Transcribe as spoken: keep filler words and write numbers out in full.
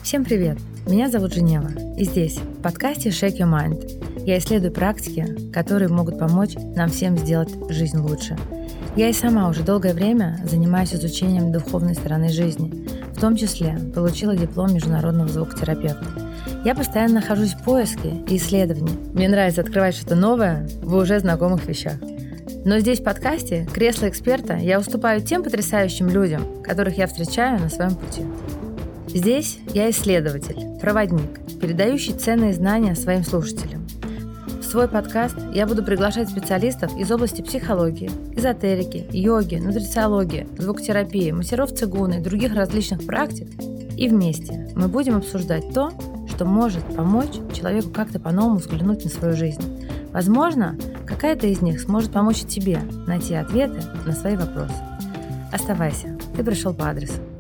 Всем привет! Меня зовут Женева, и здесь, в подкасте Shake Your Mind, я исследую практики, которые могут помочь нам всем сделать жизнь лучше. Я и сама уже долгое время занимаюсь изучением духовной стороны жизни, в том числе получила диплом международного звукотерапевта. Я постоянно нахожусь в поиске и исследовании. Мне нравится открывать что-то новое в уже знакомых вещах. Но здесь в подкасте «Кресло эксперта» я уступаю тем потрясающим людям, которых я встречаю на своем пути. Здесь я исследователь, проводник, передающий ценные знания своим слушателям. В свой подкаст я буду приглашать специалистов из области психологии, эзотерики, йоги, нутрициологии, звукотерапии, мастеров цигуна и других различных практик. И вместе мы будем обсуждать то, что может помочь человеку как-то по-новому взглянуть на свою жизнь. Возможно, какая-то из них сможет помочь тебе найти ответы на свои вопросы. Оставайся, ты пришел по адресу.